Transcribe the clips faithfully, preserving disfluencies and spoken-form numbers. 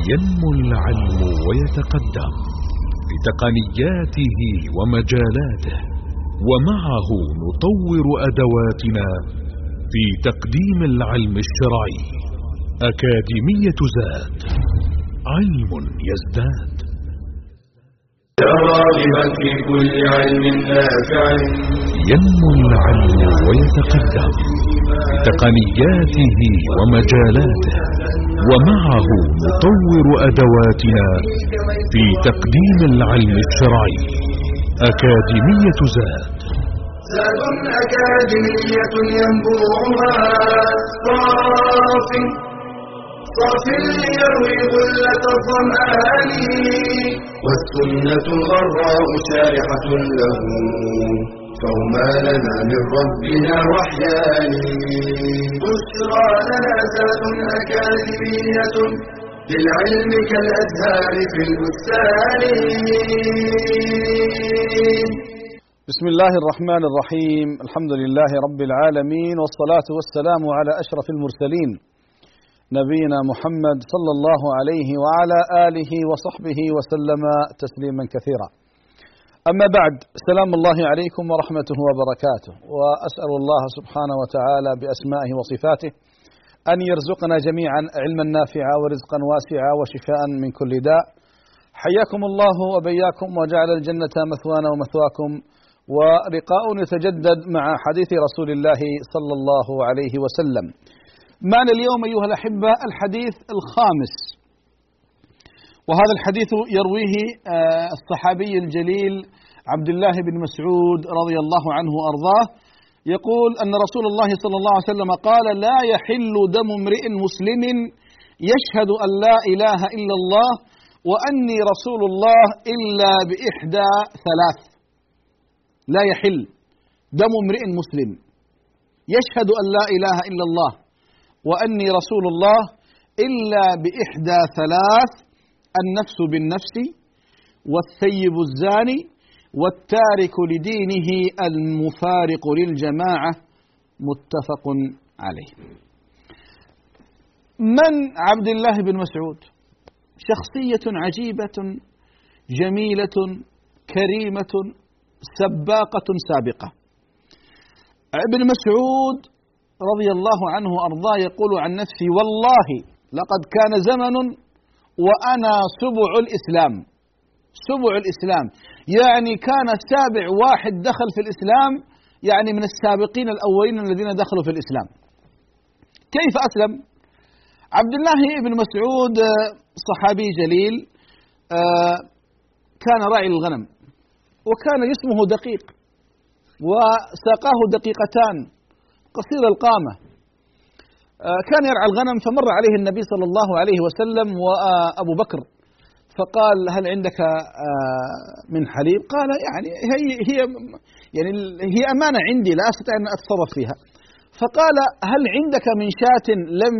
ينمو العلم ويتقدم بتقنياته ومجالاته، ومعه نطور أدواتنا في تقديم العلم الشرعي. أكاديمية زاد، علم يزداد. يا راغبا في كل علم نافع، ينمو العلم ويتقدم بتقنياته ومجالاته، ومعه نطور أدواتنا في تقديم العلم الشرعي. أكاديمية زاد، زاد أكاديمية ينبوعها صاف صاف ليروي غلة الظمآن، والسنة الغراء شارحة له، فهما لنا من ربنا وحيان. بشرى لنا زاد أكاديمية، للعلم كالأزهار في البستان. بسم الله الرحمن الرحيم، الحمد لله رب العالمين، والصلاة والسلام على أشرف المرسلين نبينا محمد صلى الله عليه وعلى آله وصحبه وسلم تسليما كثيرا. أما بعد، سلام الله عليكم ورحمته وبركاته، وأسأل الله سبحانه وتعالى بأسمائه وصفاته أن يرزقنا جميعا علما نافعا ورزقا واسعا وشفاء من كل داء. حياكم الله وبياكم، وجعل الجنة مثوانا ومثواكم، ولقاء يتجدد مع حديث رسول الله صلى الله عليه وسلم. معنا اليوم أيها الأحبة الحديث الخامس، وهذا الحديث يرويه الصحابي الجليل عبد الله بن مسعود رضي الله عنه وأرضاه، يقول أن رسول الله صلى الله عليه وسلم قال: لا يحل دم امرئ مسلم يشهد أن لا إله إلا الله وأني رسول الله إلا بإحدى ثلاث. لا يحل دم امرئ مسلم يشهد أن لا إله إلا الله وأني رسول الله إلا بإحدى ثلاث: النفس بالنفس، والثيب الزاني، والتارك لدينه المفارق للجماعة. متفق عليه. من عبد الله بن مسعود؟ شخصية عجيبة جميلة كريمة سباقة سابقة. ابن مسعود رضي الله عنه وأرضاه يقول عن نفسه: والله لقد كان زمن وأنا سبع الإسلام. سبع الإسلام يعني كان سابع واحد دخل في الإسلام، يعني من السابقين الأولين الذين دخلوا في الإسلام. كيف أسلم؟ عبد الله بن مسعود صحابي جليل، كان راعي الغنم، وكان جسمه دقيق وساقاه دقيقتان قصير القامة. كان يرعى الغنم، فمر عليه النبي صلى الله عليه وسلم وأبو بكر، فقال: هل عندك من حليب؟ قال: يعني هي هي يعني هي أمانة عندي لا أستطيع أن أتصرف فيها. فقال: هل عندك من شاة لم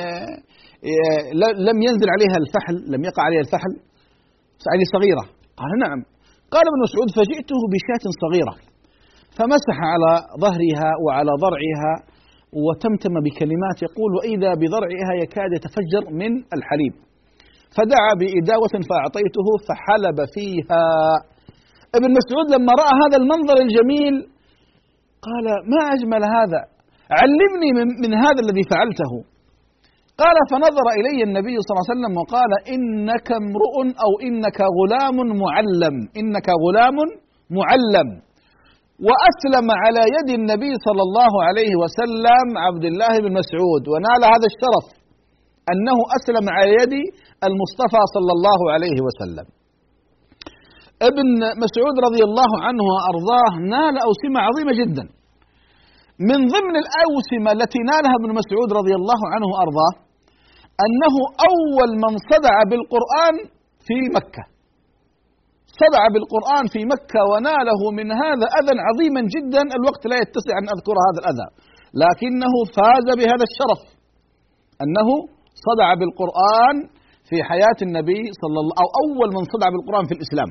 لم ينزل عليها الفحل، لم يقع عليها الفحل، يعني صغيرة؟ قال: نعم. قال ابن مسعود: فجئته بشاة صغيرة، فمسح على ظهرها وعلى ضرعها وتمتم بكلمات يقول: وإذا بضرعها يكاد يتفجر من الحليب، فدعا بإداوة فأعطيته فحلب فيها. ابن مسعود لما رأى هذا المنظر الجميل قال: ما أجمل هذا، علمني من, من هذا الذي فعلته. قال: فنظر إلي النبي صلى الله عليه وسلم وقال: إنك امرؤ أو إنك غلام معلم، إنك غلام معلم. وأسلم على يد النبي صلى الله عليه وسلم عبد الله بن مسعود، ونال هذا الشرف أنه أسلم على يد المصطفى صلى الله عليه وسلم. ابن مسعود رضي الله عنه وأرضاه نال أوسمة عظيمة جدا. من ضمن الأوسمة التي نالها ابن مسعود رضي الله عنه وأرضاه أنه أول من صدع بالقرآن في مكة. صدع بالقرآن في مكة وناله من هذا أذى عظيما جدا، الوقت لا يتسع أن أذكر هذا الأذى، لكنه فاز بهذا الشرف أنه صدع بالقرآن في حياة النبي صلى الله أو أول من صدع بالقرآن في الإسلام.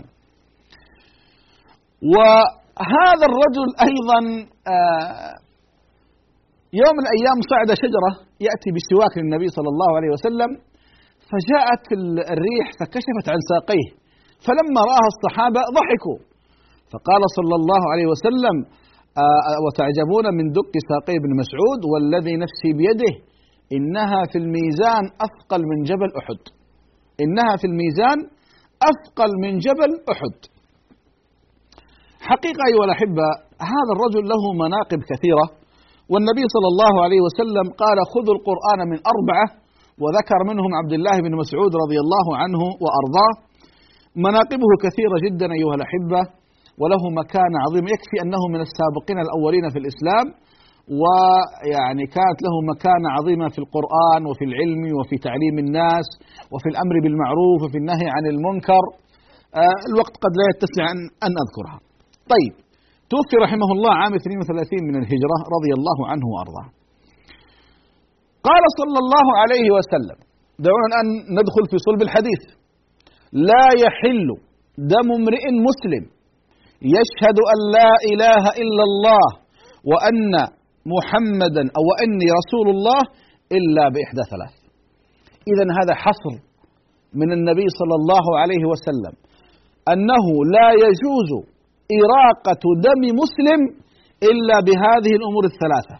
وهذا الرجل أيضا يوم من الأيام صعد شجرة يأتي بسواك للنبي صلى الله عليه وسلم، فجاءت الريح فكشفت عن ساقيه، فلما رآها الصحابة ضحكوا، فقال صلى الله عليه وسلم: وتعجبون من دق ساقي ابن مسعود والذي نفسي بيده إنها في الميزان أثقل من جبل أحد. إنها في الميزان أثقل من جبل أحد. حقيقة أيها الأحبة، هذا الرجل له مناقب كثيرة، والنبي صلى الله عليه وسلم قال: خذوا القرآن من أربعة، وذكر منهم عبد الله بن مسعود رضي الله عنه وأرضاه. مناقبه كثيرة جدا أيها الأحبة، وله مكانة عظيمة، يكفي أنه من السابقين الأولين في الإسلام، ويعني كانت له مكانة عظيمة في القرآن وفي العلم وفي تعليم الناس وفي الأمر بالمعروف وفي النهي عن المنكر. آه الوقت قد لا يتسع أن أذكرها. طيب، توفي رحمه الله عام اثنين وثلاثين من الهجرة رضي الله عنه وأرضاه. قال صلى الله عليه وسلم، دعونا الآن ندخل في صلب الحديث: لا يحل دم امرئ مسلم يشهد أن لا إله إلا الله وأن محمدا أو وأني رسول الله إلا بإحدى ثلاث. إذن هذا حصر من النبي صلى الله عليه وسلم أنه لا يجوز إراقة دم مسلم إلا بهذه الأمور الثلاثة: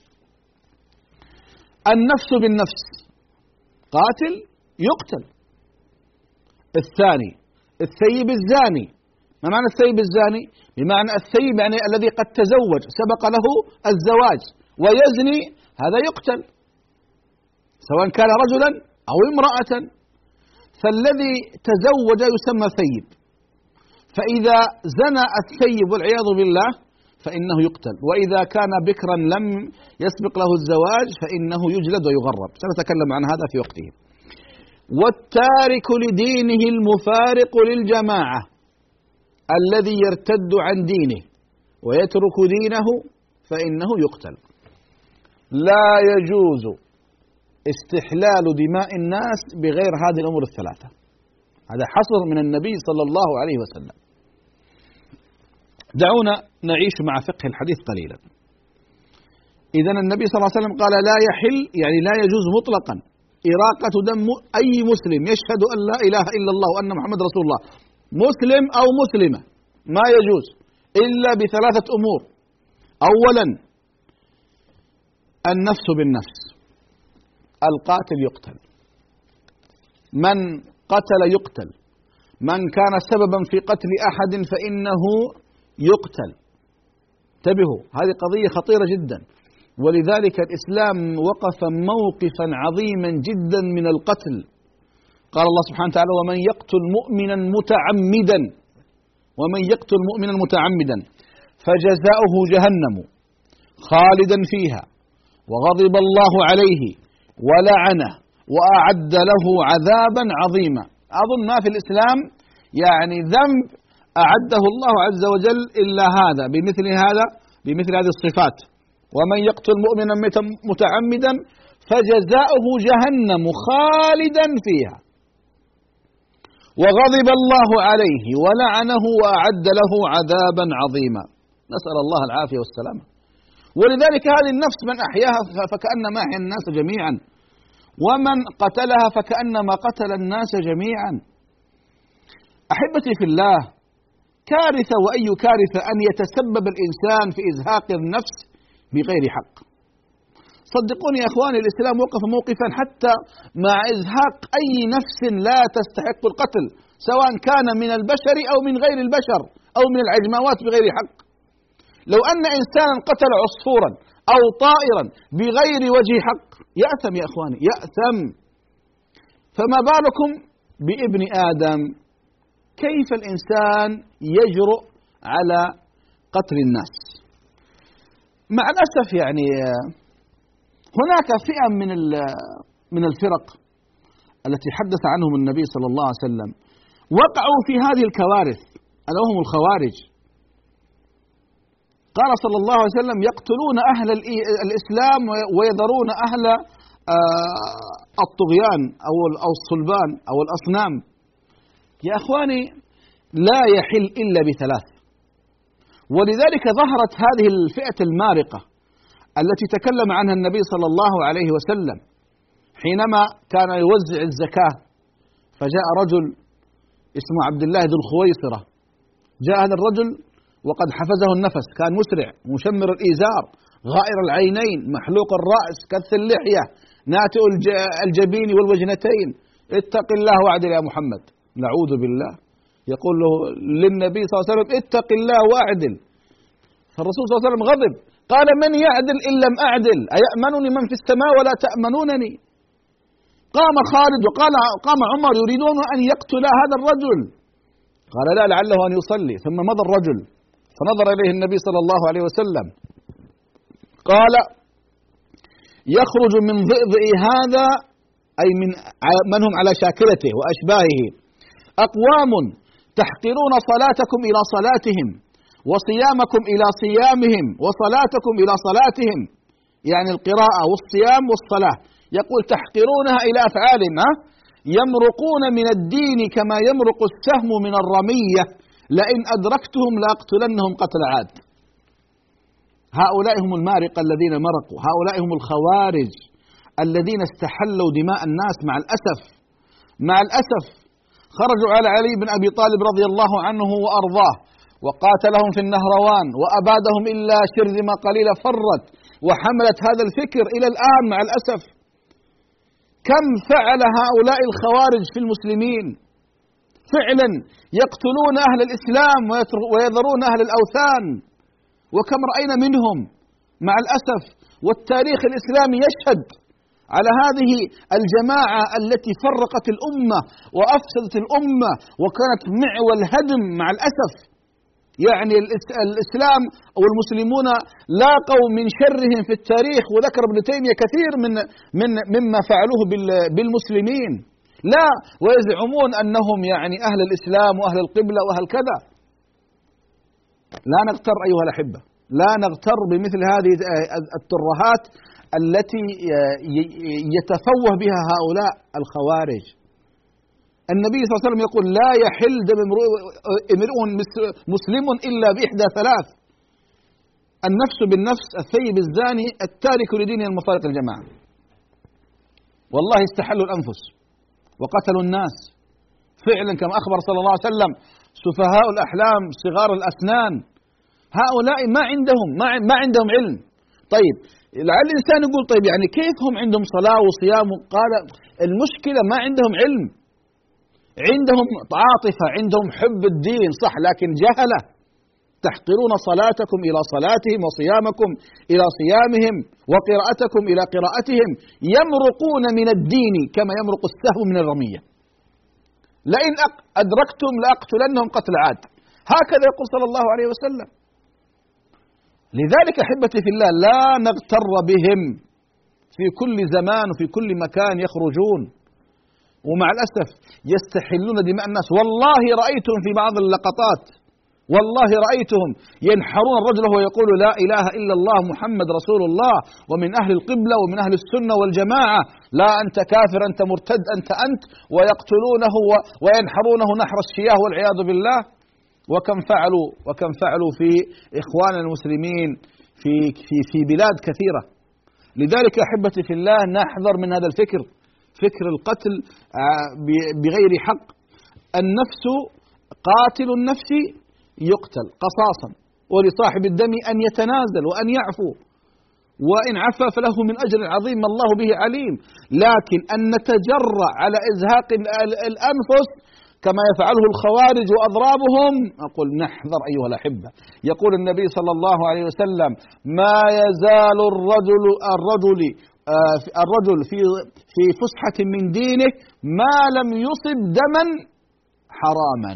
النفس بالنفس، قاتل يقتل. الثاني الثيب الزاني. ما معنى الثيب الزاني؟ بمعنى الثيب يعني الذي قد تزوج، سبق له الزواج ويزني، هذا يقتل سواء كان رجلا أو امرأة. فالذي تزوج يسمى ثيب، فإذا زنى الثيب والعياذ بالله فإنه يقتل، وإذا كان بكرا لم يسبق له الزواج فإنه يجلد ويغرب، سنتكلم عن هذا في وقته. والتارك لدينه المفارق للجماعة الذي يرتد عن دينه ويترك دينه فإنه يقتل. لا يجوز استحلال دماء الناس بغير هذه الأمور الثلاثة. هذا حصر من النبي صلى الله عليه وسلم. دعونا نعيش مع فقه الحديث قليلا. إذن النبي صلى الله عليه وسلم قال: لا يحل، يعني لا يجوز مطلقا إراقة دم أي مسلم يشهد أن لا إله إلا الله وأن محمد رسول الله، مسلم أو مسلمة، ما يجوز إلا بثلاثة أمور. أولا النفس بالنفس، القاتل يقتل، من قتل يقتل، من كان سببا في قتل أحد فإنه يقتل. انتبهوا، هذه قضية خطيرة جدا، ولذلك الإسلام وقف موقفا عظيما جدا من القتل. قال الله سبحانه وتعالى: ومن يقتل مؤمنا متعمدا ومن يقتل مؤمنا متعمدا فجزاؤه جهنم خالدا فيها وغضب الله عليه ولعنه وأعد له عذابا عظيما. أظن ما في الإسلام يعني ذنب أعده الله عز وجل إلا هذا، بمثل هذا بمثل هذه الصفات: ومن يقتل مؤمنا متعمدا فجزاؤه جهنم خالدا فيها وغضب الله عليه ولعنه وأعد له عذابا عظيما. نسأل الله العافية والسلامة. ولذلك هذه النفس من أحياها فكأنما أحيا الناس جميعا، ومن قتلها فكأنما قتل الناس جميعا. أحبتي في الله، كارثة وأي كارثة أن يتسبب الإنسان في إزهاق النفس بغير حق. صدقوني يا إخواني، الإسلام وقف موقفا حتى مع إزهاق أي نفس لا تستحق القتل، سواء كان من البشر أو من غير البشر أو من العجماوات بغير حق. لو أن إنسانا قتل عصفورا أو طائرا بغير وجه حق يأثم يا إخواني، يأثم. فما بالكم بابن آدم؟ كيف الإنسان يجرؤ على قتل الناس؟ مع الأسف يعني هناك فئة من من الفرق التي حدث عنهم النبي صلى الله عليه وسلم وقعوا في هذه الكوارث، ألا وهم الخوارج. قال صلى الله عليه وسلم: يقتلون أهل الإسلام ويذرون أهل الطغيان أو الصلبان أو الأصنام. يا أخواني، لا يحل إلا بثلاث. ولذلك ظهرت هذه الفئة المارقة التي تكلم عنها النبي صلى الله عليه وسلم حينما كان يوزع الزكاة فجاء رجل اسمه عبد الله ذو الخويصرة. جاء هذا الرجل وقد حفزه النفس، كان مسرع مشمر الإيزار غائر العينين محلوق الرأس كث اللحية ناتئ الجبين والوجنتين. اتق الله واعدل يا محمد. نعوذ بالله. يقول له للنبي صلى الله عليه وسلم اتق الله واعدل. فالرسول صلى الله عليه وسلم غضب، قال من يعدل إن لم أعدل؟ أيأمنني من في السماء ولا تأمنونني؟ قام خالد وقال قام عمر يريدون أن يقتلا هذا الرجل. قال لا، لعله أن يصلي. ثم مضى الرجل فنظر إليه النبي صلى الله عليه وسلم قال يخرج من ضئضئ هذا، أي من من هم على شاكلته وأشباهه، أقوام تحقرون صلاتكم إلى صلاتهم وصيامكم إلى صيامهم وصلاتكم إلى صلاتهم، يعني القراءة والصيام والصلاة. يقول تحقرونها إلى أفعالهم، يمرقون من الدين كما يمرق السهم من الرمية، لئن أدركتهم لأقتلنهم قتل عاد. هؤلاء هم المارقة الذين مرقوا، هؤلاء هم الخوارج الذين استحلوا دماء الناس. مع الأسف مع الأسف خرجوا على علي بن أبي طالب رضي الله عنه وأرضاه وقاتلهم في النهروان وأبادهم إلا شرذمة قليلة فرت، وحملت هذا الفكر إلى الآن مع الأسف. كم فعل هؤلاء الخوارج في المسلمين؟ فعلا يقتلون أهل الإسلام ويذرون أهل الأوثان، وكم رأينا منهم مع الأسف. والتاريخ الإسلامي يشهد على هذه الجماعة التي فرقت الأمة وأفسدت الأمة وكانت معول هدم مع الأسف. يعني الإسلام أو المسلمون لاقوا من شرهم في التاريخ، وذكر ابن تيمية كثير من من مما فعلوه بالمسلمين. لا، ويزعمون أنهم يعني أهل الإسلام وأهل القبلة وأهل كذا. لا نغتر أيها الأحبة، لا نغتر بمثل هذه الترهات التي يتفوه بها هؤلاء الخوارج. النبي صلى الله عليه وسلم يقول لا يحل دم امرؤ مسلم إلا بإحدى ثلاث: النفس بالنفس، الثيب الزاني، التارك لدينه المفارق الجماعة. والله استحلوا الأنفس وقتلوا الناس فعلا كما أخبر صلى الله عليه وسلم سفهاء الأحلام صغار الأسنان. هؤلاء ما عندهم ما عندهم علم. طيب لعل الإنسان يقول طيب يعني كيف هم عندهم صلاة وصيام؟ قال المشكلة ما عندهم علم، عندهم عاطفة، عندهم حب الدين صح، لكن جهلة. تحقرون صلاتكم إلى صلاتهم وصيامكم إلى صيامهم وقراءتكم إلى قراءتهم، يمرقون من الدين كما يمرق السهم من الرمية، لئن أدركتم لأقتلنهم قتل عاد. هكذا يقول صلى الله عليه وسلم. لذلك أحبتي في الله لا نغتر بهم، في كل زمان وفي كل مكان يخرجون، ومع الأسف يستحلون دماء الناس. والله رأيتهم في بعض اللقطات، والله رأيتهم ينحرون الرجل وهو يقول لا إله إلا الله محمد رسول الله ومن أهل القبلة ومن أهل السنة والجماعة، لا أنت كافر أنت مرتد أنت أنت، ويقتلونه وينحرونه نحر الشياه والعياذ بالله. وكم فعلوا وكم فعلوا في إخواننا المسلمين في في في بلاد كثيرة. لذلك أحبتي في الله نحذر من هذا الفكر، فكر القتل بغير حق. النفس قاتل النفس يقتل قصاصا، ولصاحب الدم أن يتنازل وأن يعفو، وإن عفا فله من أجر عظيم الله به عليم. لكن أن نتجرأ على إزهاق الأنفس كما يفعله الخوارج وأضرابهم، أقول نحذر أيها الأحبة. يقول النبي صلى الله عليه وسلم ما يزال الرجل الرجل آه الرجل في في فسحة من دينه ما لم يصب دما حراما.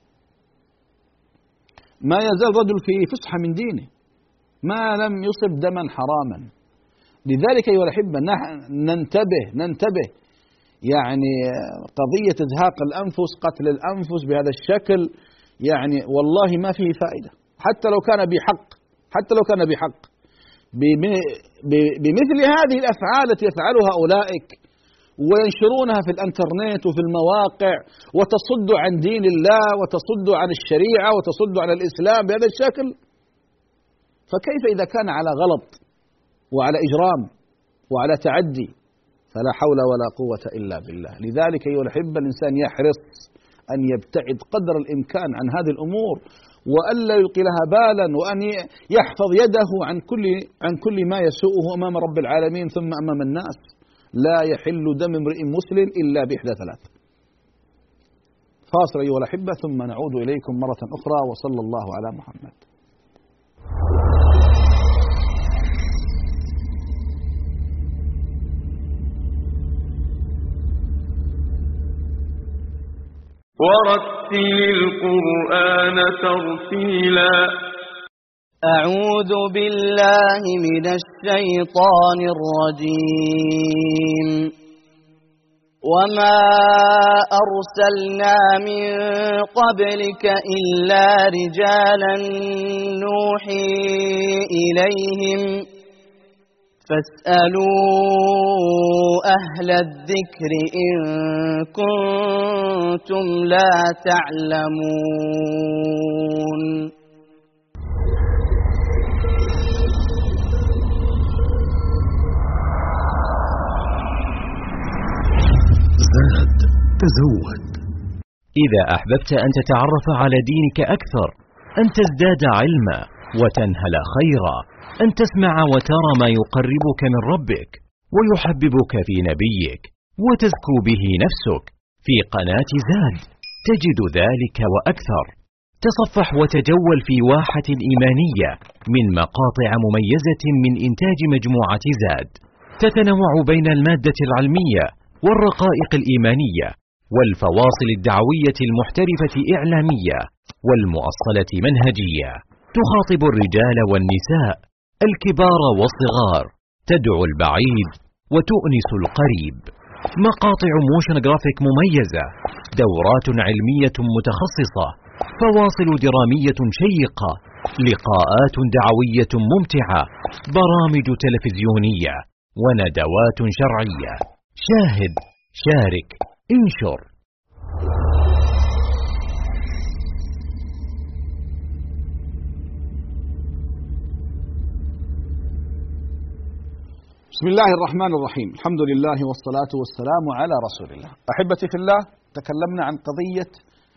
ما يزال الرجل في فسحة من دينه ما لم يصب دما حراما. لذلك أيها الأحبة ننتبه ننتبه يعني قضية إزهاق الأنفس، قتل الأنفس بهذا الشكل، يعني والله ما فيه فائدة، حتى لو كان بحق، حتى لو كان بحق. بمثل هذه الأفعال التي يفعلها أولئك وينشرونها في الانترنت وفي المواقع وتصد عن دين الله وتصد عن الشريعة وتصد عن الإسلام بهذا الشكل، فكيف إذا كان على غلط وعلى إجرام وعلى تعدي؟ فلا حول ولا قوة إلا بالله. لذلك أيها الأحبة الإنسان يحرص أن يبتعد قدر الإمكان عن هذه الأمور، وألا يلقي لها بالا، وأن يحفظ يده عن كل عن كل ما يسوءه أمام رب العالمين ثم أمام الناس. لا يحل دم امرئ مسلم إلا بإحدى ثلاث. فاصل أيها الأحبة ثم نعود إليكم مرة أخرى، وصلى الله على محمد. ورتل القرآن ترتيلا. أعوذ بالله من الشيطان الرجيم. وما أرسلنا من قبلك إلا رجالا نوحي إليهم فاسألوا أهل الذكر إن كنتم لا تعلمون. زاد تزود. إذا أحببت أن تتعرف على دينك أكثر، أن تزداد علما وتنهل خيرا، أن تسمع وترى ما يقربك من ربك ويحببك في نبيك وتزكو به نفسك، في قناة زاد تجد ذلك وأكثر. تصفح وتجول في واحة إيمانية من مقاطع مميزة من إنتاج مجموعة زاد، تتنوع بين المادة العلمية والرقائق الإيمانية والفواصل الدعوية المحترفة إعلامية والمؤصلة منهجية. تخاطب الرجال والنساء، الكبار والصغار، تدعو البعيد وتؤنس القريب. مقاطع موشن جرافيك مميزة، دورات علمية متخصصة، فواصل درامية شيقة، لقاءات دعوية ممتعة، برامج تلفزيونية وندوات شرعية. شاهد، شارك، انشر. بسم الله الرحمن الرحيم. الحمد لله والصلاة والسلام على رسول الله. أحبتي في الله، تكلمنا عن قضية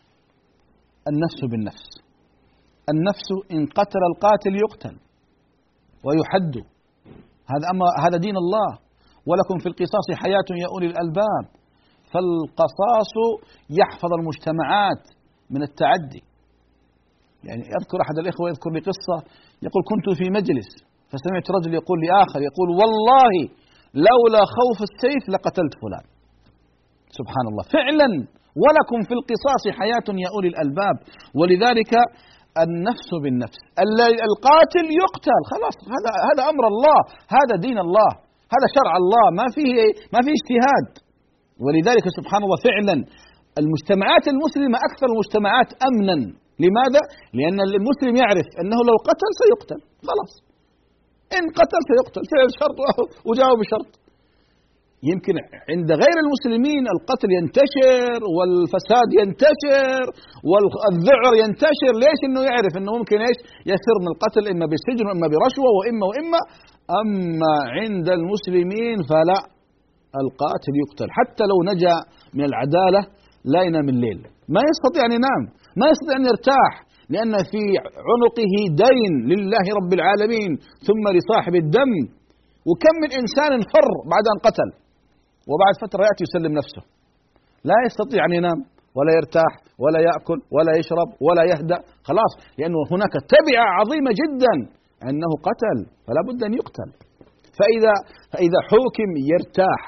النفس بالنفس. النفس إن قتل القاتل يقتل ويحد، هذا أمر، هذا دين الله. ولكم في القصاص حياة يا أولي الألباب. فالقصاص يحفظ المجتمعات من التعدي. يعني يذكر أحد الإخوة يذكر لي قصة، يقول كنت في مجلس فسمعت رجل يقول لآخر، يقول والله لولا خوف السيف لقتلت فلان. سبحان الله، فعلا ولكم في القصاص حياة يا أولي الألباب. ولذلك النفس بالنفس، القاتل يقتل، خلاص، هذا هذا أمر الله، هذا دين الله، هذا شرع الله، ما فيه ما فيه اجتهاد. ولذلك سبحان الله فعلا المجتمعات المسلمة أكثر المجتمعات أمنا. لماذا؟ لأن المسلم يعرف أنه لو قتل سيقتل، خلاص، إن قتل سيقتل، فعل شرط وجاوب بشرط. يمكن عند غير المسلمين القتل ينتشر والفساد ينتشر والذعر ينتشر. ليش؟ إنه يعرف إنه ممكن إيش يسر من القتل، إما بالسجن وإما برشوة وإما وإما. أما عند المسلمين فلا، القاتل يقتل حتى لو نجا من العدالة، لا ينام الليل، ما يستطيع أن ينام، ما يستطيع أن يرتاح، لأن في عنقه دين لله رب العالمين ثم لصاحب الدم. وكم من إنسان فر بعد أن قتل وبعد فترة يأتي يسلم نفسه، لا يستطيع أن ينام ولا يرتاح ولا يأكل ولا يشرب ولا يهدأ، خلاص، لأنه هناك تبعة عظيمة جدا أنه قتل، فلا بد أن يقتل. فإذا فإذا حكم يرتاح،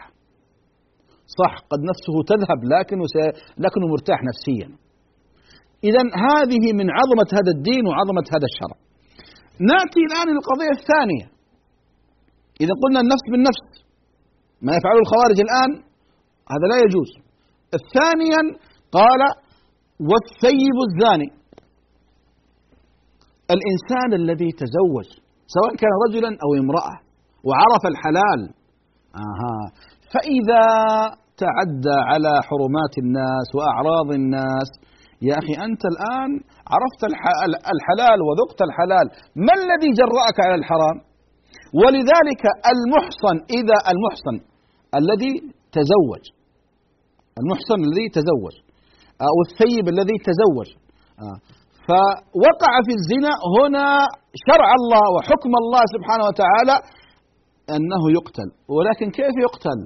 صح، قد نفسه تذهب لكنه لكنه مرتاح نفسيا. إذن هذه من عظمة هذا الدين وعظمة هذا الشرع. نأتي الآن للقضية الثانية. إذا قلنا النفس بالنفس، ما يفعله الخوارج الآن هذا لا يجوز. ثانيا قال والثيب الزاني، الإنسان الذي تزوج سواء كان رجلا أو امرأة وعرف الحلال، آها، فإذا تعدى على حرمات الناس وأعراض الناس، يا أخي أنت الآن عرفت الحلال وذقت الحلال، ما الذي جرأك على الحرام؟ ولذلك المحصن، إذا المحصن الذي تزوج، المحصن الذي تزوج، أو الثيب الذي تزوج، فوقع في الزنا، هنا شرع الله وحكم الله سبحانه وتعالى أنه يقتل. ولكن كيف يقتل؟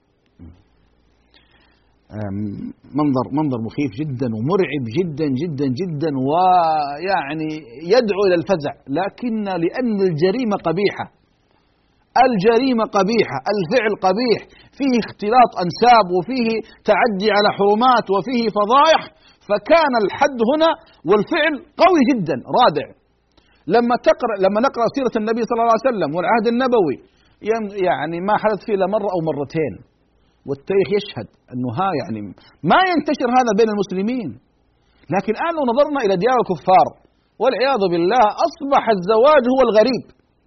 منظر منظر مخيف جدا ومرعب جدا جدا جدا، ويعني يدعو إلى الفزع، لكن لأن الجريمة قبيحة، الجريمة قبيحة، الفعل قبيح، فيه اختلاط أنساب وفيه تعدي على حرمات وفيه فضائح، فكان الحد هنا والفعل قوي جدا رادع. لما تقرأ لما نقرأ سيرة النبي صلى الله عليه وسلم والعهد النبوي، يعني ما حدث فيه إلا مرة أو مرتين، والتاريخ يشهد أنه ها يعني ما ينتشر هذا بين المسلمين. لكن الآن لو نظرنا إلى ديار الكفار والعياذ بالله، أصبح الزواج هو الغريب،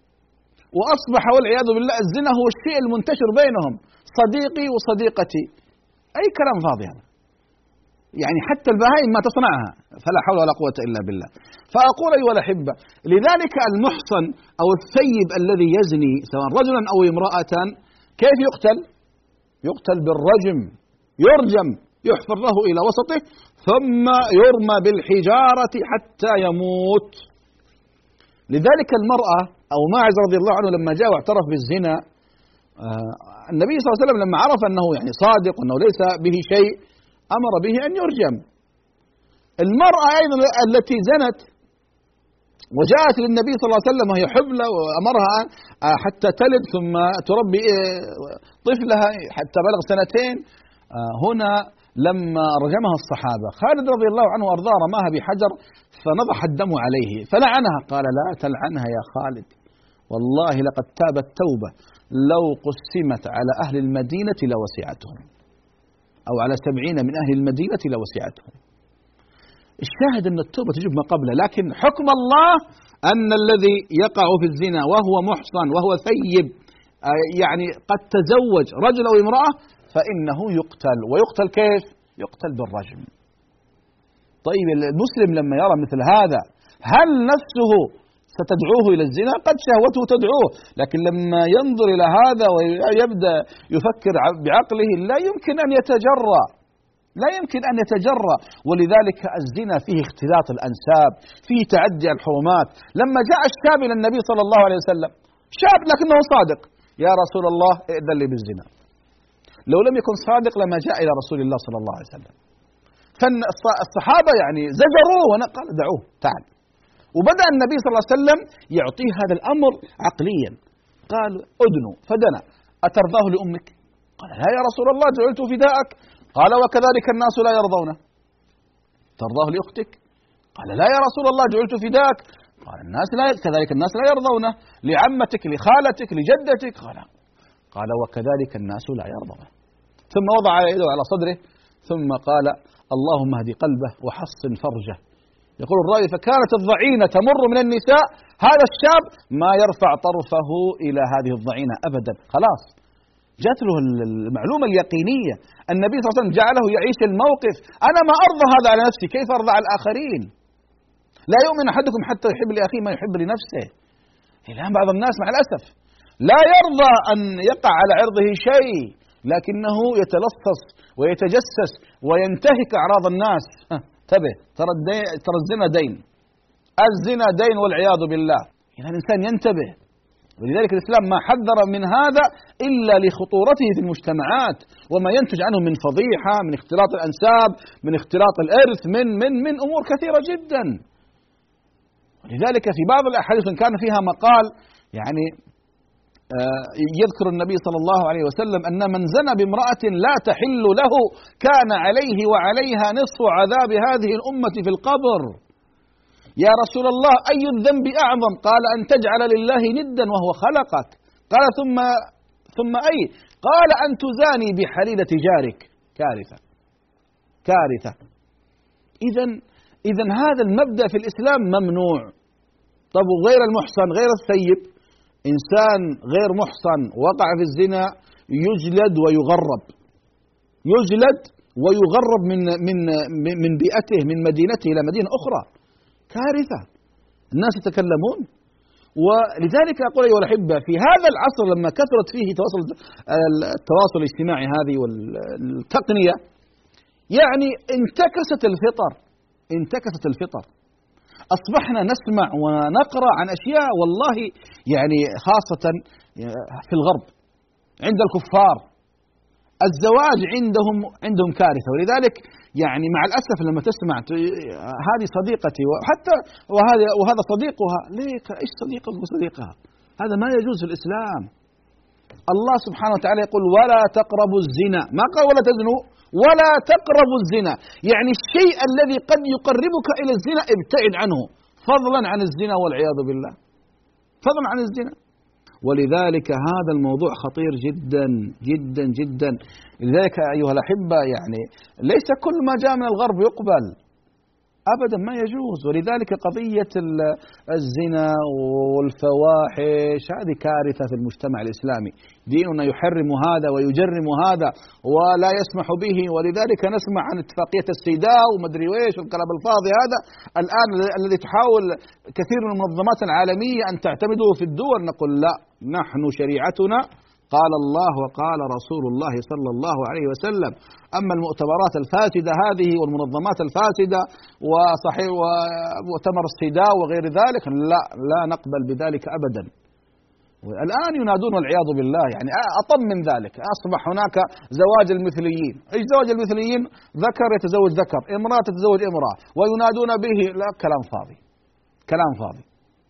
وأصبح والعياذ بالله الزنا هو الشيء المنتشر بينهم، صديقي وصديقتي، أي كلام فاضي هذا، يعني حتى البهائم ما تصنعها، فلا حول ولا قوة إلا بالله. فأقول أيها الأحبة، لذلك المحصن أو الثيب الذي يزني سواء رجلا أو امرأة كيف يقتل؟ يقتل بالرجم، يرجم، يحفر له إلى وسطه ثم يرمى بالحجارة حتى يموت. لذلك المرأة أو ماعز رضي الله عنه لما جاء واعترف بالزنا، النبي صلى الله عليه وسلم لما عرف أنه يعني صادق وأنه ليس به شيء أمر به أن يرجم. المرأة أيضا التي زنت وجاءت للنبي صلى الله عليه وسلم وهي حبلى وأمرها حتى تلد ثم تربي طفلها حتى بلغ سنتين، هنا لما رجمها الصحابة خالد رضي الله عنه وأرضاه رماها بحجر فنضح الدم عليه فلعنها، قال لا تلعنها يا خالد، والله لقد تابت توبة لو قسمت على أهل المدينة لوسعتهم، أو على سبعين من أهل المدينة لوسعتهم. الشاهد أن التوبة تجب ما قبله، لكن حكم الله أن الذي يقع في الزنا وهو محصن وهو ثيب يعني قد تزوج رجل أو امرأة فإنه يقتل. ويقتل كيف؟ يقتل بالرجم. طيب المسلم لما يرى مثل هذا هل نفسه ستدعوه إلى الزنا؟ قد شهوته تدعوه، لكن لما ينظر إلى هذا ويبدأ يفكر بعقله لا يمكن أن يتجرأ، لا يمكن أن يتجرأ. ولذلك الزنا فيه اختلاط الأنساب، فيه تعدي الحرمات. لما جاء الشاب إلى النبي صلى الله عليه وسلم، شاب لكنه صادق، يا رسول الله ائذن لي بالزنا. لو لم يكن صادق لما جاء إلى رسول الله صلى الله عليه وسلم. فالصحابة يعني زجروه ونقل دعوه تعال. وبدأ النبي صلى الله عليه وسلم يعطيه هذا الأمر عقليا، قال أدنو فدنا، أترضاه لأمك؟ قال لا يا رسول الله جعلت فداءك. قال وكذلك الناس لا يرضونه. ترضاه لأختك؟ قال لا يا رسول الله جعلت فداءك. قال الناس لا كذلك الناس لا يرضونه. لعمتك لخالتك لجدتك؟ قال قال وكذلك الناس لا يرضونه. ثم وضع يده على صدره ثم قال اللهم اهد قلبه وحصن فرجه. يقول الراوي فكانت الضعينة تمر من النساء، هذا الشاب ما يرفع طرفه إلى هذه الضعينة أبدا، خلاص جات له المعلومة اليقينية. النبي صلى الله عليه وسلم جعله يعيش الموقف، أنا ما أرضى هذا على نفسي كيف أرضى على الآخرين؟ لا يؤمن أحدكم حتى يحب لأخيه ما يحب لنفسه. الآن بعض الناس مع الأسف لا يرضى أن يقع على عرضه شيء، لكنه يتلصص ويتجسس وينتهك أعراض الناس. انتبه، ترى ترى الزنا دين، الزنا دين والعياذ بالله. إذا الإنسان ينتبه. ولذلك الإسلام ما حذر من هذا إلا لخطورته في المجتمعات وما ينتج عنه من فضيحة، من اختلاط الأنساب، من اختلاط الإرث، من من من أمور كثيرة جدا. ولذلك في بعض الأحاديث كان فيها مقال يعني يذكر النبي صلى الله عليه وسلم أن من زنى بامرأة لا تحل له كان عليه وعليها نصف عذاب هذه الأمة في القبر. يا رسول الله أي الذنب أعظم؟ قال أن تجعل لله ندا وهو خلقك. قال ثم ثم أي؟ قال أن تزاني بحليلة جارك. كارثة كارثة. إذن إذن هذا المبدأ في الإسلام ممنوع. طب وغير المحصن غير الثيب، إنسان غير محصن وقع في الزنا يجلد ويغرب، يجلد ويغرب من من من بيئته من مدينته إلى مدينة أخرى. كارثة. الناس يتكلمون. ولذلك أقول أيها الأحبة في هذا العصر لما كثرت فيه تواصل التواصل الاجتماعي هذه والتقنية، يعني انتكست الفطر انتكست الفطر أصبحنا نسمع ونقرأ عن أشياء والله يعني خاصة في الغرب عند الكفار الزواج عندهم عندهم كارثة. ولذلك يعني مع الأسف لما تسمع هذه صديقتي وحتى وهذا وهذا صديقها، ليك إيش صديقك وصديقها؟ هذا ما يجوز في الإسلام. الله سبحانه وتعالى يقول ولا تقربوا الزنا، ما قال ولا تزنوا، ولا تقربوا الزنا، يعني الشيء الذي قد يقربك إلى الزنا ابتعد عنه، فضلا عن الزنا والعياذ بالله، فضلا عن الزنا. ولذلك هذا الموضوع خطير جدا جدا جدا. لذلك أيها الأحبة يعني ليس كل ما جاء من الغرب يقبل أبدا، ما يجوز. ولذلك قضية الزنا والفواحش هذه كارثة في المجتمع الإسلامي، ديننا يحرم هذا ويجرم هذا ولا يسمح به. ولذلك نسمع عن اتفاقية السيداء ومدري ويش والكلام الفاضي هذا الآن الذي تحاول كثير من المنظمات العالمية أن تعتمده في الدول. نقول لا، نحن شريعتنا قال الله وقال رسول الله صلى الله عليه وسلم. أما المؤتمرات الفاسدة هذه والمنظمات الفاسدة وصحيح ومؤتمر السيداء وغير ذلك، لا لا نقبل بذلك أبدا. الآن ينادون والعياذ بالله، يعني أطم من ذلك أصبح هناك زواج المثليين. إيش زواج المثليين؟ ذكر يتزوج ذكر، امرأة تتزوج امرأة، وينادون به. لا، كلام فاضي، كلام فاضي.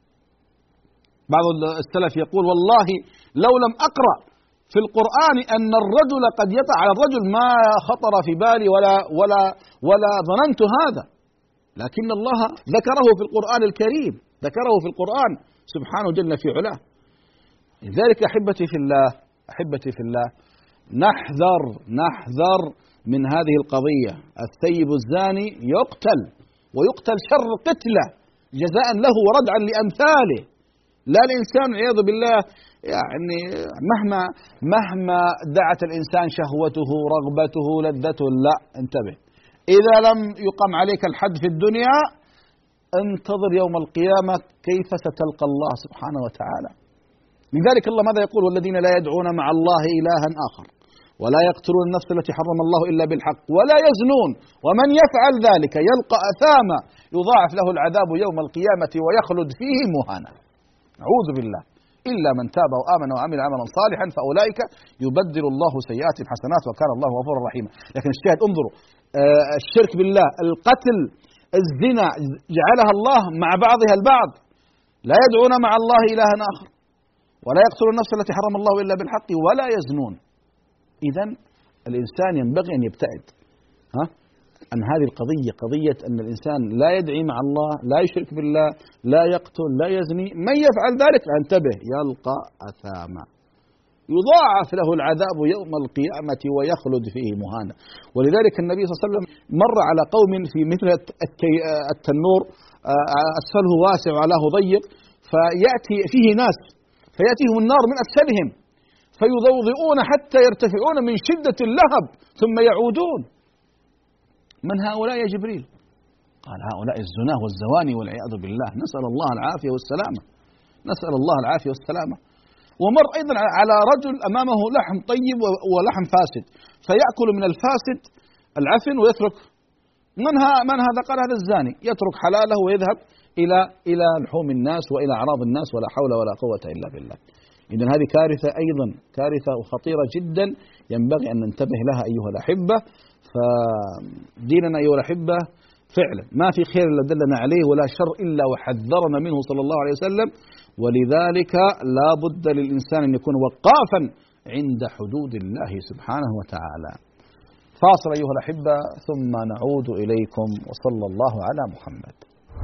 بعض السلف يقول والله لو لم أقرأ في القرآن أن الرجل قد يقع على الرجل ما خطر في بالي ولا ولا ولا ظننت هذا، لكن الله ذكره في القرآن الكريم، ذكره في القرآن سبحانه جل في علاه. لذلك أحبتي في الله، أحبتي في الله، نحذر نحذر من هذه القضية. الثيب الزاني يقتل، ويقتل شر قتله جزاء له وردعا لأمثاله. لا الإنسان والعياذ بالله يعني مهما مهما دعت الإنسان شهوته رغبته لذته، لا، انتبه، إذا لم يقم عليك الحد في الدنيا انتظر يوم القيامة كيف ستلقى الله سبحانه وتعالى. لذلك الله ماذا يقول؟ والذين لا يدعون مع الله إلها آخر ولا يقتلون النفس التي حرم الله إلا بالحق ولا يزنون ومن يفعل ذلك يلقى أثاما يضاعف له العذاب يوم القيامة ويخلد فيه مهانا. أعوذ بالله. إلا من تاب وآمن وعمل عملا صالحا فأولئك يبدل الله سيئاتهم حسنات وكان الله غفورا رحيما. لكن الشاهد انظروا، آه الشرك بالله، القتل، الزنا جعلها الله مع بعضها البعض. لا يدعون مع الله إلها آخر ولا يقتلون النفس التي حرم الله إلا بالحق ولا يزنون. إذن الإنسان ينبغي أن يبتعد ها عن هذه القضية، قضية أن الإنسان لا يدعي مع الله، لا يشرك بالله، لا يقتل، لا يزني. من يفعل ذلك انتبه يلقى أثاما يضاعف له العذاب يوم القيامة ويخلد فيه مهانا. ولذلك النبي صلى الله عليه وسلم مر على قوم في مثل التنور أسفله واسع وعلاه ضيق، فيأتي فيه ناس فيأتيهم النار من أسفلهم فيضوضئون حتى يرتفعون من شدة اللهب ثم يعودون. من هؤلاء يا جبريل؟ قال هؤلاء الزناه والزواني والعياذ بالله، نسأل الله العافية والسلامة، نسأل الله العافية والسلامة. ومر أيضا على رجل أمامه لحم طيب ولحم فاسد، فيأكل من الفاسد العفن ويترك من, من هذا؟ قال هذا الزاني، يترك حلاله ويذهب إلى إلى لحوم الناس وإلى أعراض الناس، ولا حول ولا قوة إلا بالله. إذن هذه كارثة أيضا، كارثة وخطيرة جدا ينبغي أن ننتبه لها أيها الأحبة. فديننا أيها الأحبة فعلا ما في خير إلا دلنا عليه ولا شر إلا وحذرنا منه صلى الله عليه وسلم. ولذلك لا بد للإنسان أن يكون وقافا عند حدود الله سبحانه وتعالى. فاصل أيها الأحبة ثم نعود إليكم، وصلى الله على محمد.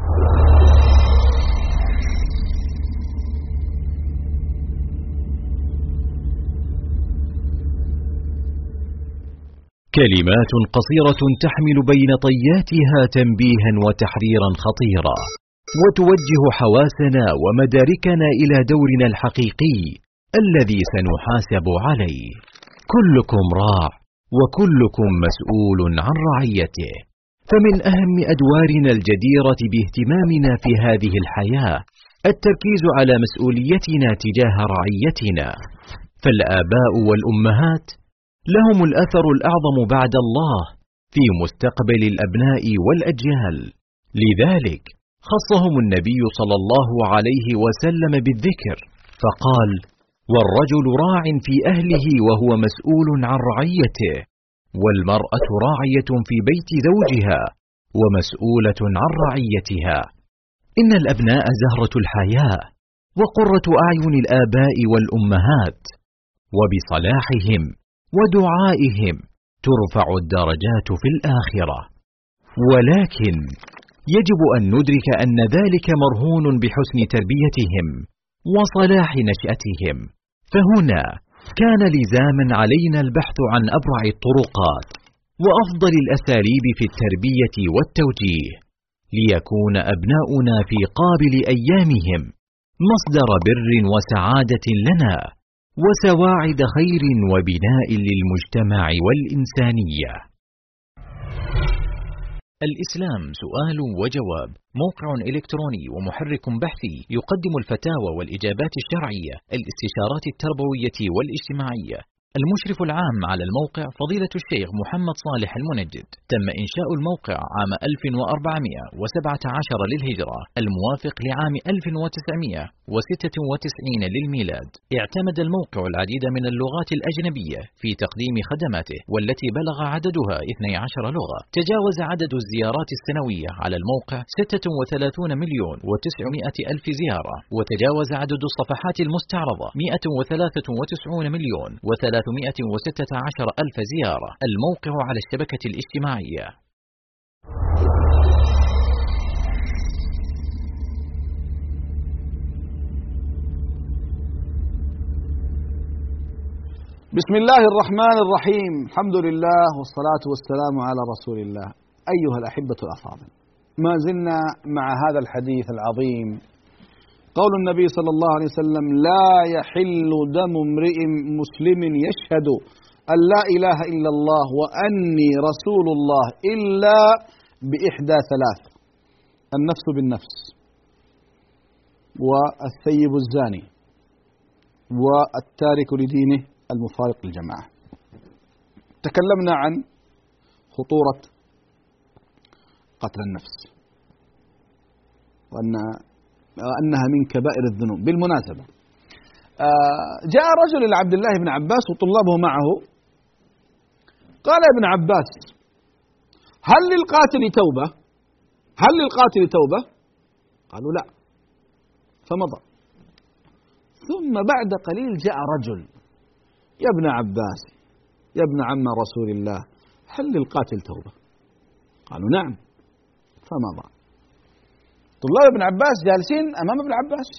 كلمات قصيرة تحمل بين طياتها تنبيها وتحريرا خطيرا، وتوجه حواسنا ومداركنا إلى دورنا الحقيقي الذي سنحاسب عليه. كلكم راع وكلكم مسؤول عن رعيته. فمن أهم أدوارنا الجديرة باهتمامنا في هذه الحياة التركيز على مسؤوليتنا تجاه رعيتنا، فالآباء والأمهات لهم الأثر الأعظم بعد الله في مستقبل الأبناء والأجيال. لذلك خصهم النبي صلى الله عليه وسلم بالذكر، فقال: والرجل راع في أهله وهو مسؤول عن رعيته، والمرأة راعية في بيت زوجها ومسؤولة عن رعيتها. إن الأبناء زهرة الحياة وقرة أعين الآباء والأمهات، وبصلاحهم ودعائهم ترفع الدرجات في الآخرة. ولكن يجب أن ندرك أن ذلك مرهون بحسن تربيتهم وصلاح نشأتهم، فهنا كان لزاما علينا البحث عن أبرع الطرقات وأفضل الأساليب في التربية والتوجيه، ليكون أبناؤنا في قابل أيامهم مصدر بر وسعادة لنا، وسواعد خير وبناء للمجتمع والإنسانية. الإسلام سؤال وجواب، موقع إلكتروني ومحرك بحثي يقدم الفتاوى والإجابات الشرعية، الاستشارات التربوية والاجتماعية. المشرف العام على الموقع فضيلة الشيخ محمد صالح المنجد. تم إنشاء الموقع عام ألف وأربعمائة وسبعة عشر للهجرة، الموافق لعام ألف وتسعمائة وستة وتسعين للميلاد. اعتمد الموقع العديد من اللغات الأجنبية في تقديم خدماته، والتي بلغ عددها اثنتي عشرة لغة. تجاوز عدد الزيارات السنوية على الموقع ستة وثلاثين مليون وتسعمائة ألف زيارة، وتجاوز عدد الصفحات المستعرضة مئة وثلاثة وتسعين مليون وثلاثمائة وستة عشر ألف زيارة. الموقع على الشبكة الاجتماعية. بسم الله الرحمن الرحيم، الحمد لله والصلاة والسلام على رسول الله. أيها الأحبة الأفاضل، ما زلنا مع هذا الحديث العظيم، قول النبي صلى الله عليه وسلم: لا يحل دم امرئ مسلم يشهد أن لا إله إلا الله وأني رسول الله إلا بإحدى ثلاث: النفس بالنفس، والثيب الزاني، والتارك لدينه المفارق للجماعة. تكلمنا عن خطورة قتل النفس، وأن أنها من كبائر الذنوب. بالمناسبة، جاء رجل إلى عبد الله بن عباس وطلابه معه، قال: يا ابن عباس، هل للقاتل توبة؟ هل للقاتل توبة؟ قالوا: لا. فمضى. ثم بعد قليل جاء رجل: يا ابن عباس، يا ابن عم رسول الله، هل للقاتل توبة؟ قالوا: نعم. فمضى. طلاب ابن عباس جالسين أمام ابن عباس.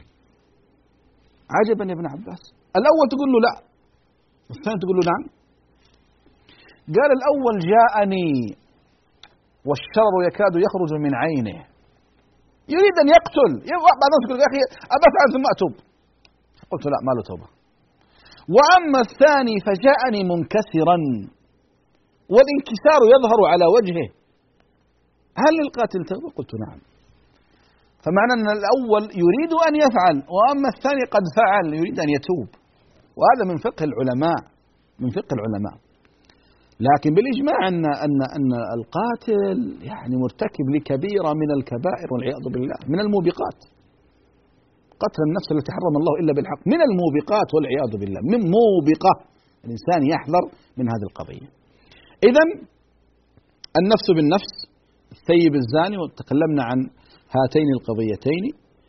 عجبا يا ابن عباس، الأول تقول له لا، والثاني تقول له نعم. قال: الأول جاءني والشرر يكاد يخرج من عينه، يريد أن يقتل، بعض الناس يقول: يا أخي أبى أفعل ثم أتوب. قلت: لا، ما له توبة. وأما الثاني فجاءني منكسرا والانكسار يظهر على وجهه، هل للقاتل توبة؟ قلت: نعم. فمعنى أن الأول يريد أن يفعل، وأما الثاني قد فعل يريد أن يتوب. وهذا من فقه العلماء، من فقه العلماء. لكن بالإجماع أن أن أن القاتل يعني مرتكب لكبيرة من الكبائر والعياذ بالله، من الموبقات. قتل النفس التي حرم الله إلا بالحق من الموبقات والعياذ بالله، من موبقة. الإنسان يحذر من هذه القضية. إذن النفس بالنفس، الثيب الزاني، وتكلمنا عن هاتين القضيتين.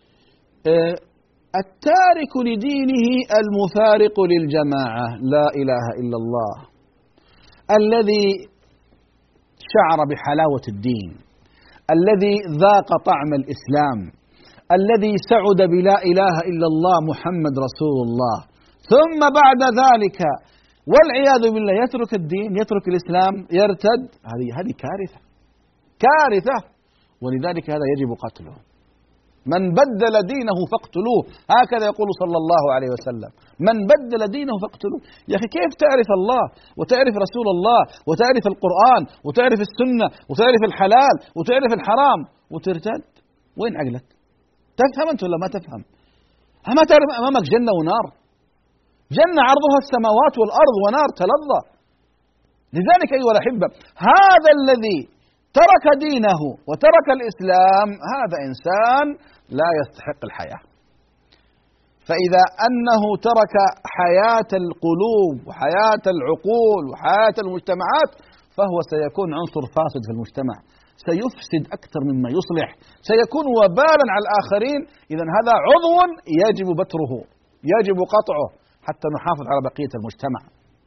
التارك لدينه المفارق للجماعة، لا إله إلا الله، الذي شعر بحلاوة الدين، الذي ذاق طعم الإسلام، الذي سعد بلا إله إلا الله محمد رسول الله، ثم بعد ذلك والعياذ بالله يترك الدين، يترك الإسلام، يرتد. هذه هذه كارثة، كارثة. ولذلك هذا يجب قتله. من بدل دينه فاقتلوه، هكذا يقول صلى الله عليه وسلم: من بدل دينه فاقتلوه. يا أخي، كيف تعرف الله وتعرف رسول الله وتعرف القرآن وتعرف السنة وتعرف الحلال وتعرف الحرام وترتد؟ وين عقلك؟ تفهم أنت ولا ما تفهم؟ أما تعرف أمامك جنة ونار؟ جنة عرضها السماوات والأرض ونار تلظى. لذلك أيها الأحبة هذا الذي ترك دينه وترك الإسلام هذا إنسان لا يستحق الحياة. فإذا أنه ترك حياة القلوب وحياة العقول وحياة المجتمعات فهو سيكون عنصر فاسد في المجتمع، سيفسد أكثر مما يصلح، سيكون وبالا على الآخرين. إذن هذا عضو يجب بتره، يجب قطعه حتى نحافظ على بقية المجتمع.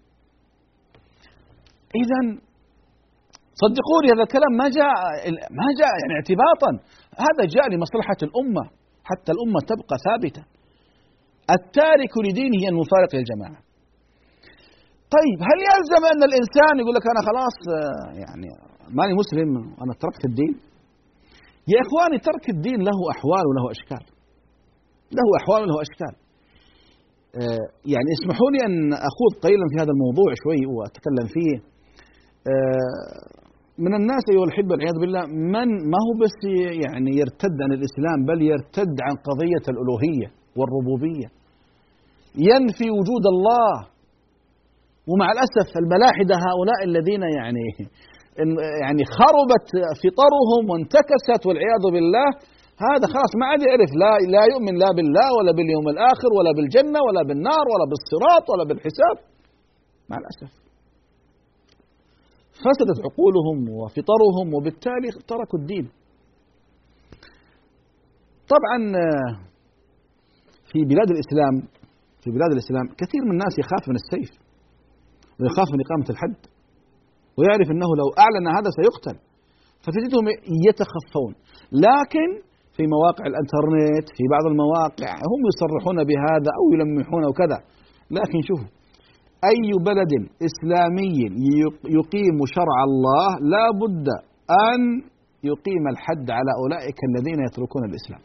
إذن صدقوني هذا الكلام ما جاء ما جاء يعني اعتباطا، هذا جاء لمصلحة الأمة حتى الأمة تبقى ثابتة. التارك لدينه المفارق للجماعة. طيب هل يلزم أن الإنسان يقول لك أنا خلاص يعني ماني مسلم أنا تركت الدين؟ يا إخواني ترك الدين له أحوال وله أشكال، له أحوال وله أشكال. يعني اسمحوا لي أن أخوض قليلا في هذا الموضوع شوي وأتكلم فيه. من الناس أيها الأحبة والعياذ بالله من ما هو بس يعني يرتد عن الإسلام بل يرتد عن قضية الألوهية والربوبية، ينفي وجود الله. ومع الأسف الملاحدة هؤلاء الذين يعني يعني خربت فطرهم وانتكست والعياذ بالله، هذا خلاص ما عاد يعرف، لا لا يؤمن لا بالله ولا باليوم الآخر ولا بالجنة ولا بالنار ولا بالصراط ولا بالحساب. مع الأسف فسدت عقولهم وفطرهم وبالتالي تركوا الدين. طبعا في بلاد الإسلام في بلاد الإسلام كثير من الناس يخاف من السيف ويخاف من إقامة الحد ويعرف أنه لو أعلن هذا سيقتل، فتجدهم يتخفون. لكن في مواقع الانترنت في بعض المواقع هم يصرحون بهذا أو يلمحون وكذا. لكن شوفوا أي بلد إسلامي يقيم شرع الله لا بد أن يقيم الحد على أولئك الذين يتركون الإسلام.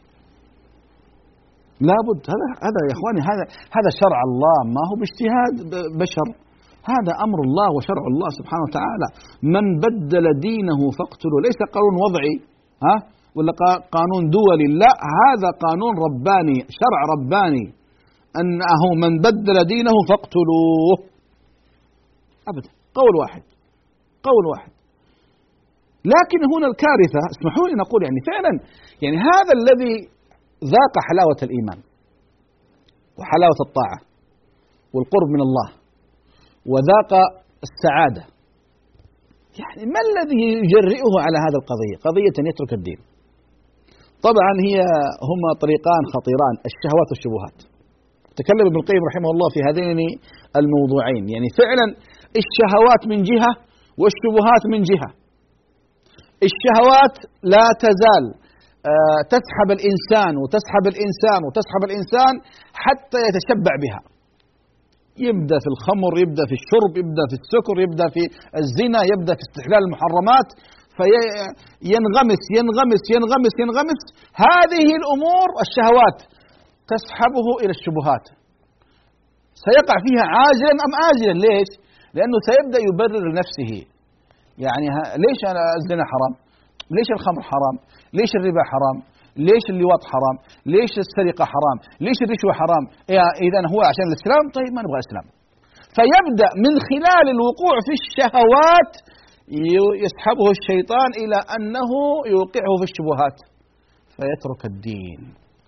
لا بد. هذا هذا يا إخواني هذا هذا شرع الله، ما هو باجتهاد بشر، هذا أمر الله وشرع الله سبحانه وتعالى. من بدل دينه فاقتلوا، ليس قانون وضعي ها ولا قانون دولي، لا هذا قانون رباني، شرع رباني، أنه من بدل دينه فاقتلوه. أبدا، قول واحد قول واحد. لكن هنا الكارثة، اسمحوا لي نقول يعني فعلا يعني هذا الذي ذاق حلاوة الإيمان وحلاوة الطاعة والقرب من الله وذاق السعادة، يعني ما الذي يجرئه على هذا القضية، قضية أن يترك الدين؟ طبعا هي هما طريقان خطيران، الشهوات والشبهات. تكلم ابن القيم رحمه الله في هذين الموضوعين، يعني فعلا الشهوات من جهة والشبهات من جهة. الشهوات لا تزال تسحب الإنسان وتسحب الإنسان وتسحب الإنسان حتى يتشبع بها، يبدأ في الخمر، يبدأ في الشرب، يبدأ في السكر، يبدأ في الزنا، يبدأ في استحلال المحرمات، فينغمس ينغمس ينغمس ينغمس. هذه الأمور الشهوات تسحبه إلى الشبهات، سيقع فيها عاجلا أم آجلا. ليش؟ لأنه سيبدأ يبرر لنفسه، يعني ليش أنا الزنا حرام؟ ليش الخمر حرام؟ ليش الربا حرام؟ ليش اللواط حرام؟ ليش السرقة حرام؟ ليش الرشوة حرام؟ إذا هو عشان الإسلام، طيب ما نبغى إسلام. فيبدأ من خلال الوقوع في الشهوات يسحبه الشيطان إلى أنه يوقعه في الشبهات فيترك الدين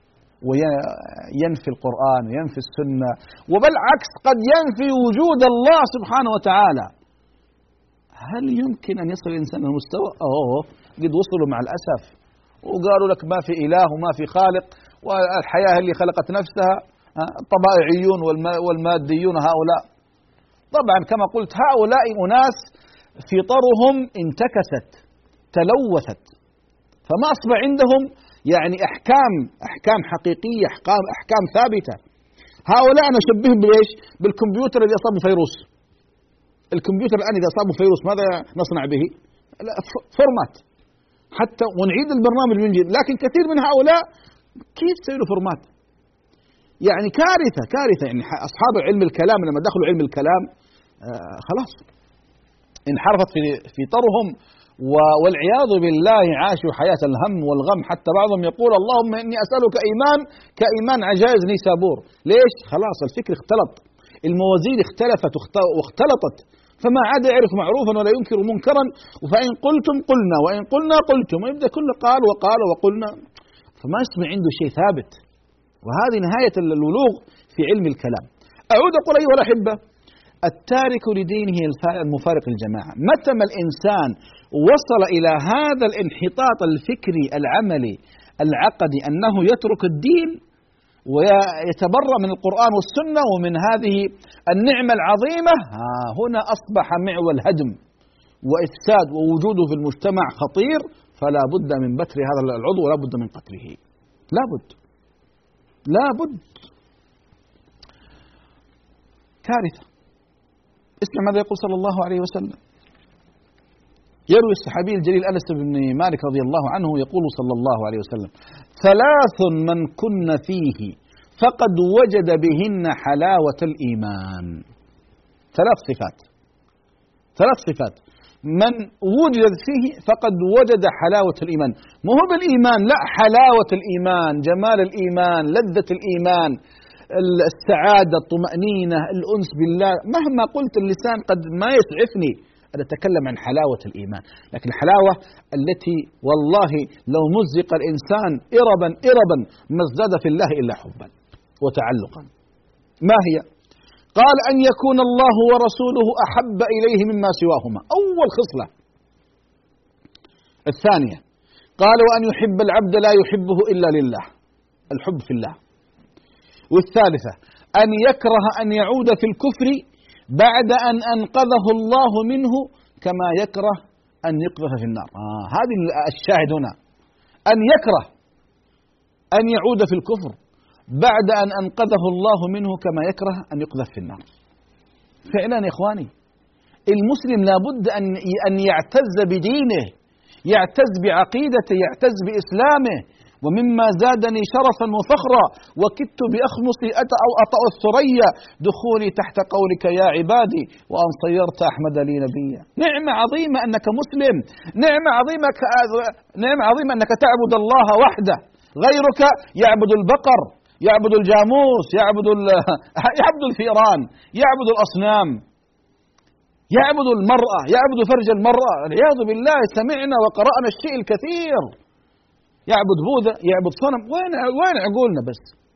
وينفي القرآن وينفي السنة، وبالعكس قد ينفي وجود الله سبحانه وتعالى. هل يمكن أن يصل الإنسان إلى المستوى؟ أوه قد وصلوا مع الأسف، وقالوا لك ما في إله وما في خالق والحياة اللي خلقت نفسها، الطبائعيون والماديون هؤلاء. طبعا كما قلت هؤلاء أناس فطرهم انتكست تلوثت، فما أصبح عندهم يعني أحكام أحكام حقيقية، أحكام أحكام ثابتة. هؤلاء أنا أشبههم بإيش؟ بالكمبيوتر الذي أصابه فيروس. الكمبيوتر الآن إذا أصابه فيروس ماذا نصنع به؟ لا فورمات حتى ونعيد البرنامج من جديد. لكن كثير من هؤلاء كيف تسوي فورمات؟ يعني كارثة كارثة. يعني أصحاب علم الكلام لما دخلوا علم الكلام آه خلاص انحرفت في فطرهم والعياذ بالله عاشوا حياة الهم والغم، حتى بعضهم يقول اللهم إني أسألك إيمان كإيمان عجائز نيسابور. ليش؟ خلاص الفكر اختلط، الموازين اختلفت واختلطت، فما عاد يعرف معروفا ولا ينكر منكرا، فإن قلتم قلنا وإن قلنا قلتم، ويبدأ كل قال وقال وقلنا، فما يسمع عنده شيء ثابت. وهذه نهاية الولوغ في علم الكلام. أعود أقول أيها الأحبة، التارك لدينه المفارق للجماعة. متى ما الإنسان وصل إلى هذا الانحطاط الفكري العملي العقدي أنه يترك الدين ويتبرأ من القرآن والسنة ومن هذه النعمة العظيمة، ها هنا أصبح معول هدم وإفساد، ووجوده في المجتمع خطير، فلا بد من بتر هذا العضو ولا بد من قتله، لا بد لا بد. كارثة. اسمع ماذا يقول صلى الله عليه وسلم. يروي الصحابي الجليل أنس بن مالك رضي الله عنه يقول صلى الله عليه وسلم: ثلاث من كن فيه فقد وجد بهن حلاوة الإيمان. ثلاث صفات، ثلاث صفات من وجد فيه فقد وجد حلاوة الإيمان. مو هو بالإيمان، لا، حلاوة الإيمان، جمال الإيمان، لذة الإيمان، السعادة، الطمأنينة، الأنس بالله. مهما قلت اللسان قد ما يسعفني أن أتكلم عن حلاوة الإيمان، لكن الحلاوة التي والله لو مزق الإنسان إربا إربا ما ازداد في الله إلا حبا وتعلقا. ما هي؟ قال: أن يكون الله ورسوله أحب إليه مما سواهما، أول خصلة. الثانية قال: وأن يحب العبد لا يحبه إلا لله، الحب في الله. والثالثة أن يكره أن يعود في الكفر بعد أن أنقذه الله منه كما يكره أن يقذف في النار. آه هذه الشاهد هنا، أن يكره أن يعود في الكفر بعد أن أنقذه الله منه كما يكره أن يقذف في النار. فعلا يا إخواني، المسلم لابد أن أن يعتز بدينه، يعتز بعقيدته، يعتز بإسلامه. ومما زادني شرفا وفخرا وكدت بأخمصي أتى أو أطأ الثريا دخولي تحت قولك يا عبادي وأن صيرت أحمد لي نبيا. نعمة عظيمة أنك مسلم، نعمة عظيمة نعمة عظيمة أنك تعبد الله وحده، غيرك يعبد البقر، يعبد الجاموس، يعبد يعبد الفئران، يعبد الأصنام، يعبد المرأة، يعبد فرج المرأة، والعياذ بالله. سمعنا وقرأنا الشيء الكثير. يعبد بوذا، يعبد صنم. وين وين عقولنا بس؟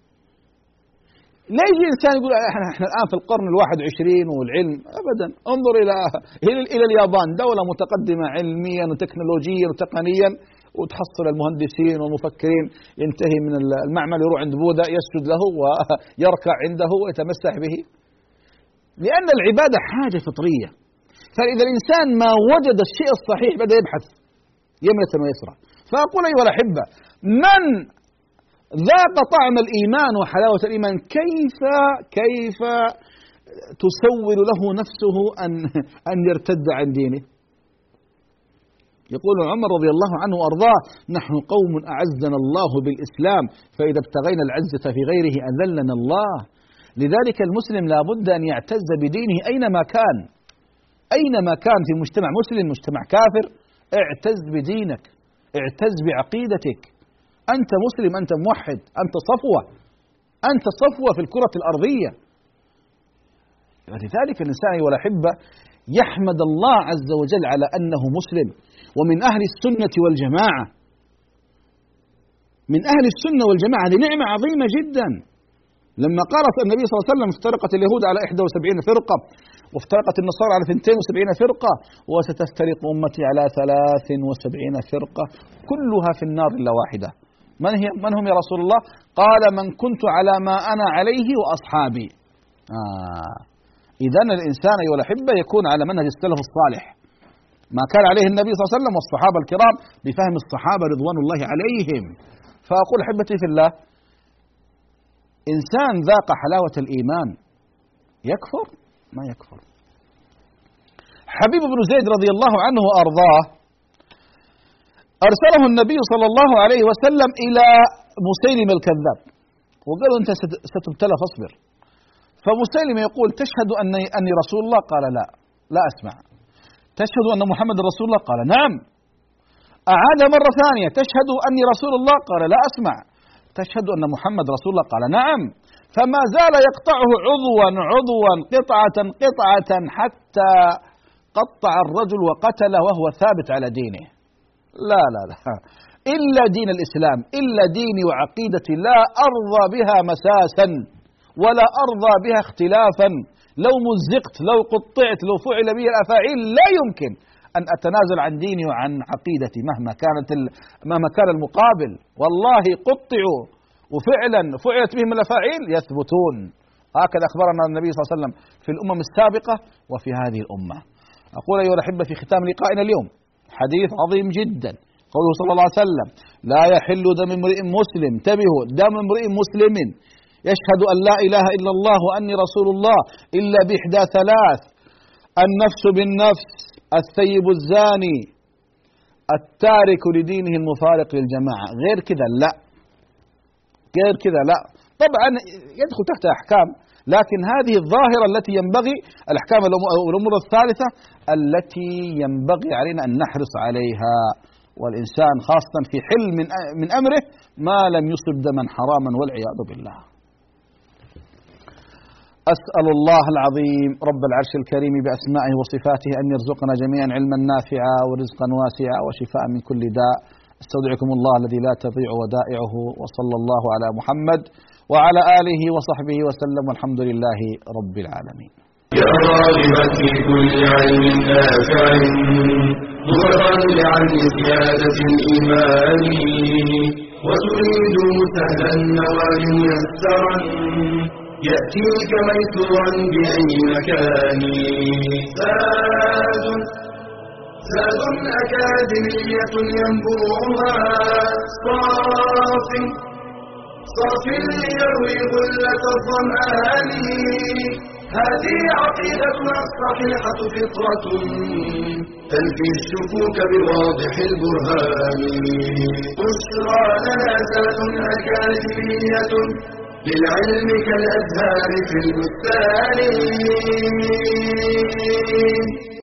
لا يجي انسان يقول احنا احنا الان في القرن الواحد والعشرين والعلم، ابدا. انظر الى الى اليابان، دوله متقدمه علميا وتكنولوجيا وتقنيا، وتحصل المهندسين والمفكرين ينتهي من المعمل يروح عند بوذا يسجد له ويركع عنده ويتمسح به، لان العباده حاجه فطريه. فاذا الانسان ما وجد الشيء الصحيح بدا يبحث يمنة ويسرى. فأقول أيها الأحبة، من ذاق طعم الإيمان وحلاوة الإيمان كيف كيف تسول له نفسه أن أن يرتد عن دينه؟ يقول عمر رضي الله عنه وأرضاه: نحن قوم أعزنا الله بالإسلام، فإذا ابتغينا العزة في غيره أذلنا الله. لذلك المسلم لا بد أن يعتز بدينه أينما كان، أينما كان، في مجتمع مسلم، مجتمع كافر، اعتز بدينك، اعتز بعقيدتك. أنت مسلم، أنت موحد، أنت صفوة، أنت صفوة في الكرة الأرضية. لذلك الإنسان أيها الأحبة يحمد الله عز وجل على أنه مسلم ومن أهل السنة والجماعة. من أهل السنة والجماعة، هذه نعمة عظيمة جدا. لما قال النبي صلى الله عليه وسلم: افترقت اليهود على إحدى وسبعين فرقة وافترقت النصارى على اثنتين وسبعين فرقة وستفترق أمتي على ثلاث وسبعين فرقة كلها في النار إلا واحدة. من هي من هم يا رسول الله؟ قال: من كنت على ما أنا عليه وأصحابي. آه. إذن الإنسان أيها الأحبة يكون على منهج السلف الصالح، ما كان عليه النبي صلى الله عليه وسلم والصحابة الكرام بفهم الصحابة رضوان الله عليهم. فأقول أحبتي في الله، إنسان ذاق حلاوة الإيمان يكفر؟ ما يكفر. حبيب بن زيد رضي الله عنه وأرضاه أرسله النبي صلى الله عليه وسلم إلى مسيلم الكذاب، وقالوا: أنت ستبتلى فاصبر. فمسيلم يقول: تشهد أني, أني رسول الله؟ قال: لا لا أسمع. تشهد أن محمد رسول الله؟ قال: نعم. أعاد مرة ثانية: تشهد أني رسول الله؟ قال: لا أسمع. تشهد أن محمد رسول الله؟ قال: نعم. فما زال يقطعه عضوا عضوا قطعة قطعة حتى قطع الرجل وقتله وهو ثابت على دينه. لا لا لا، إلا دين الإسلام، إلا ديني وعقيدتي لا أرضى بها مساسا ولا أرضى بها اختلافا. لو مزقت، لو قطعت، لو فعل بي الأفاعيل، لا يمكن أن أتنازل عن ديني وعن عقيدتي مهما كانت مهما كان المقابل. والله قطعوا وفعلا فعلت بهم الأفاعيل يثبتون. هكذا أخبرنا النبي صلى الله عليه وسلم في الأمم السابقة وفي هذه الأمة. أقول أيها الأحبة في ختام لقائنا اليوم حديث عظيم جدا، قوله صلى الله عليه وسلم: لا يحل دم امرئ مسلم، انتبهوا، دم امرئ مسلم يشهد أن لا إله إلا الله وأني رسول الله إلا بإحدى ثلاث: النفس بالنفس، الثيب الزاني، التارك لدينه المفارق للجماعة. غير كذا لا، غير كذا لا. طبعا يدخل تحت أحكام، لكن هذه الظاهرة التي ينبغي الأحكام والأمور الثالثة التي ينبغي علينا أن نحرص عليها، والإنسان خاصة في حل من من أمره ما لم يصب دما حراما والعياذ بالله. أسأل الله العظيم رب العرش الكريم بأسمائه وصفاته أن يرزقنا جميعا علما نافعا ورزقا واسعا وشفاء من كل داء. استودعكم الله الذي لا تضيع ودائعه، وصلى الله على محمد وعلى آله وصحبه وسلم، والحمد لله رب العالمين. يا راغبا في كل علم نافع متطلعا لزيادة الإيمان، وتريد سهلا النوال ميسرا يأتيك ميسورا بأي مكان. زاد زاد أكاديمية ينبوعها صاف صاف ليروي غلة الظمآن. هذه عقيدتنا الصحيحة فطرة تنفي الشكوك بواضح البرهان. بشرى لنا زاد أكاديمية للعلم كالأزهار في البستان.